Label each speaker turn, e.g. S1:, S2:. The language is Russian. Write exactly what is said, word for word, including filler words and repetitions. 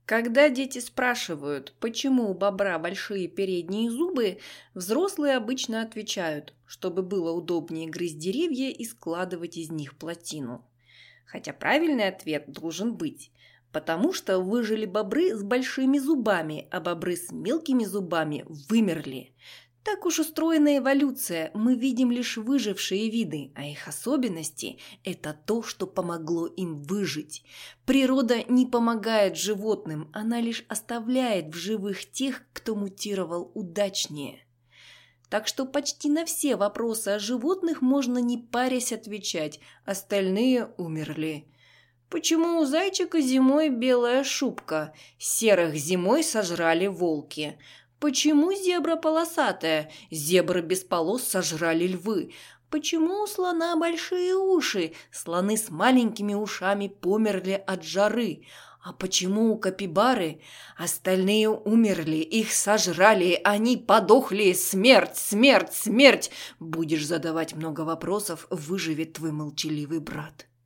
S1: Когда дети спрашивают, почему у бобра большие передние зубы, взрослые обычно отвечают, чтобы было удобнее грызть деревья и складывать из них плотину. Хотя правильный ответ должен быть, потому что выжили бобры с большими зубами, а бобры с мелкими зубами вымерли. Так уж устроена эволюция, мы видим лишь выжившие виды, а их особенности – это то, что помогло им выжить. Природа не помогает животным, она лишь оставляет в живых тех, кто мутировал удачнее. Так что почти на все вопросы о животных можно не парясь отвечать, остальные умерли. Почему у зайчика зимой белая шубка? Серых зимой сожрали волки. Почему зебра полосатая? Зебры без полос сожрали львы. Почему у слона большие уши? Слоны с маленькими ушами померли от жары. А почему у капибары? Остальные умерли, их сожрали, они подохли. Смерть, смерть, смерть! Будешь задавать много вопросов, выживет твой молчаливый брат.